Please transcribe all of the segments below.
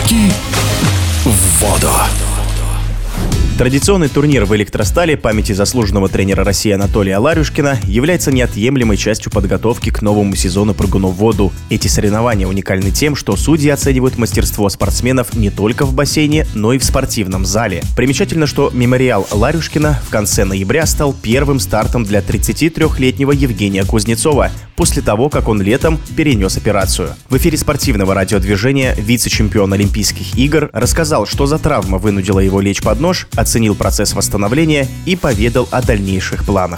Прыжки в воду. Традиционный турнир в «Электростали» памяти заслуженного тренера России Анатолия Ларюшкина является неотъемлемой частью подготовки к новому сезону прыгунов в воду. Эти соревнования уникальны тем, что судьи оценивают мастерство спортсменов не только в бассейне, но и в спортивном зале. Примечательно, что мемориал Ларюшкина в конце ноября стал первым стартом для 33-летнего Евгения Кузнецова после того, как он летом перенес операцию. В эфире спортивного радиодвижения вице-чемпион Олимпийских игр рассказал, что за травма вынудила его лечь под нож, оценил процесс восстановления и поведал о дальнейших планах.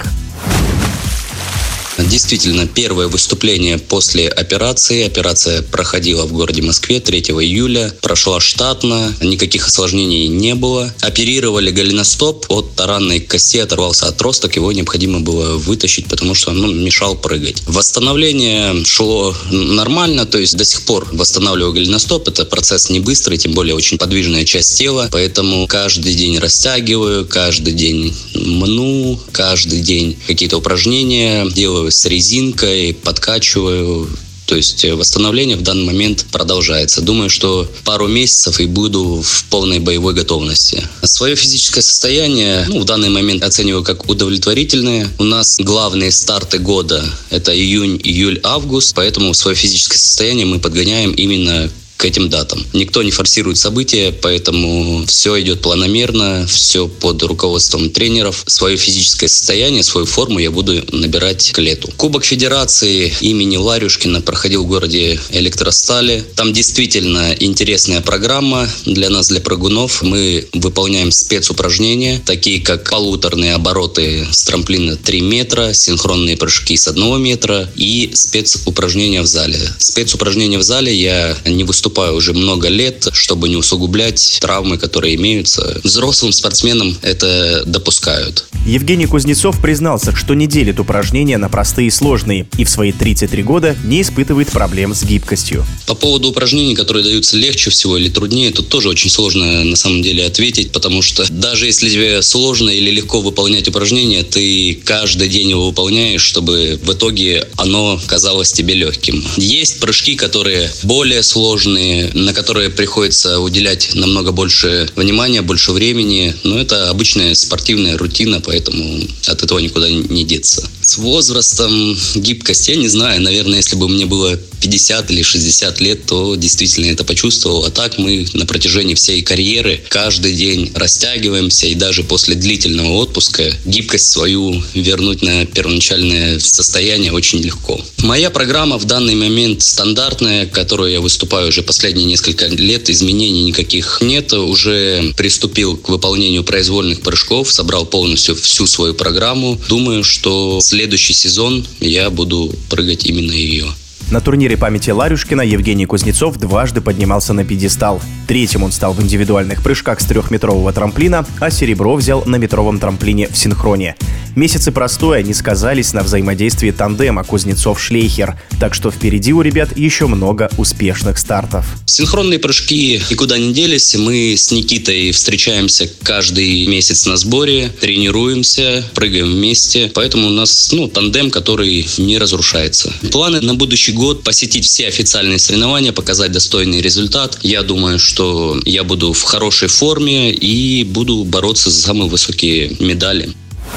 Действительно, первое выступление после операции. Операция проходила в городе Москве 3 июля. Прошла штатно, никаких осложнений не было. Оперировали голеностоп, от таранной кости оторвался отросток, его необходимо было вытащить, потому что он мешал прыгать. Восстановление шло нормально, то есть до сих пор восстанавливаю голеностоп. Это процесс не быстрый, тем более очень подвижная часть тела, поэтому каждый день растягиваю, каждый день мну, каждый день какие-то упражнения делаю с резинкой, подкачиваю. То есть восстановление в данный момент продолжается. Думаю, что пару месяцев и буду в полной боевой готовности. Свое физическое состояние в данный момент оцениваю как удовлетворительное. У нас главные старты года – это июнь, июль, август. Поэтому свое физическое состояние мы подгоняем именно к этим датам. Никто не форсирует события, поэтому все идет планомерно, все под руководством тренеров. Свое физическое состояние, свою форму я буду набирать к лету. Кубок Федерации имени Ларюшкина проходил в городе Электростали. Там действительно интересная программа для нас, для прыгунов. Мы выполняем спецупражнения, такие как полуторные обороты с трамплина 3 метра, синхронные прыжки с 1 метра и спецупражнения в зале. Спецупражнения в зале я не выступаю уже много лет, чтобы не усугублять травмы, которые имеются. Взрослым спортсменам это допускают. Евгений Кузнецов признался, что не делит упражнения на простые и сложные, и в свои 33 года не испытывает проблем с гибкостью. По поводу упражнений, которые даются легче всего или труднее, тут тоже очень сложно на самом деле ответить, потому что даже если тебе сложно или легко выполнять упражнение, ты каждый день его выполняешь, чтобы в итоге оно казалось тебе легким. Есть прыжки, которые более сложные, на которые приходится уделять намного больше внимания, больше времени, но это обычная спортивная рутина, поэтому от этого никуда не деться. С возрастом гибкость, я не знаю, наверное, если бы мне было 50 или 60 лет, то действительно это почувствовал. А так мы на протяжении всей карьеры каждый день растягиваемся, и даже после длительного отпуска гибкость свою вернуть на первоначальное состояние очень легко. Моя программа в данный момент стандартная, которую я выступаю уже последние несколько лет, изменений никаких нет. Уже приступил к выполнению произвольных прыжков, собрал полностью всю свою программу. Думаю, что следующий сезон я буду прыгать именно ее. На турнире памяти Ларюшкина Евгений Кузнецов дважды поднимался на пьедестал. Третьим он стал в индивидуальных прыжках с 3-метрового трамплина, а серебро взял на метровом трамплине в синхроне. Месяцы простоя не сказались на взаимодействии тандема Кузнецов-Шлейхер, так что впереди у ребят еще много успешных стартов. Синхронные прыжки никуда не делись. Мы с Никитой встречаемся каждый месяц на сборе, тренируемся, прыгаем вместе. Поэтому у нас тандем, который не разрушается. Планы на будущий год — посетить все официальные соревнования, показать достойный результат. Я думаю, что я буду в хорошей форме и буду бороться за самые высокие медали.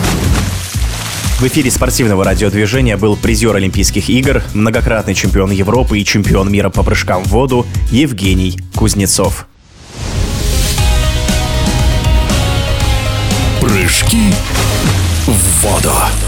В эфире спортивного радиодвижения был призер Олимпийских игр, многократный чемпион Европы и чемпион мира по прыжкам в воду Евгений Кузнецов. Прыжки в воду.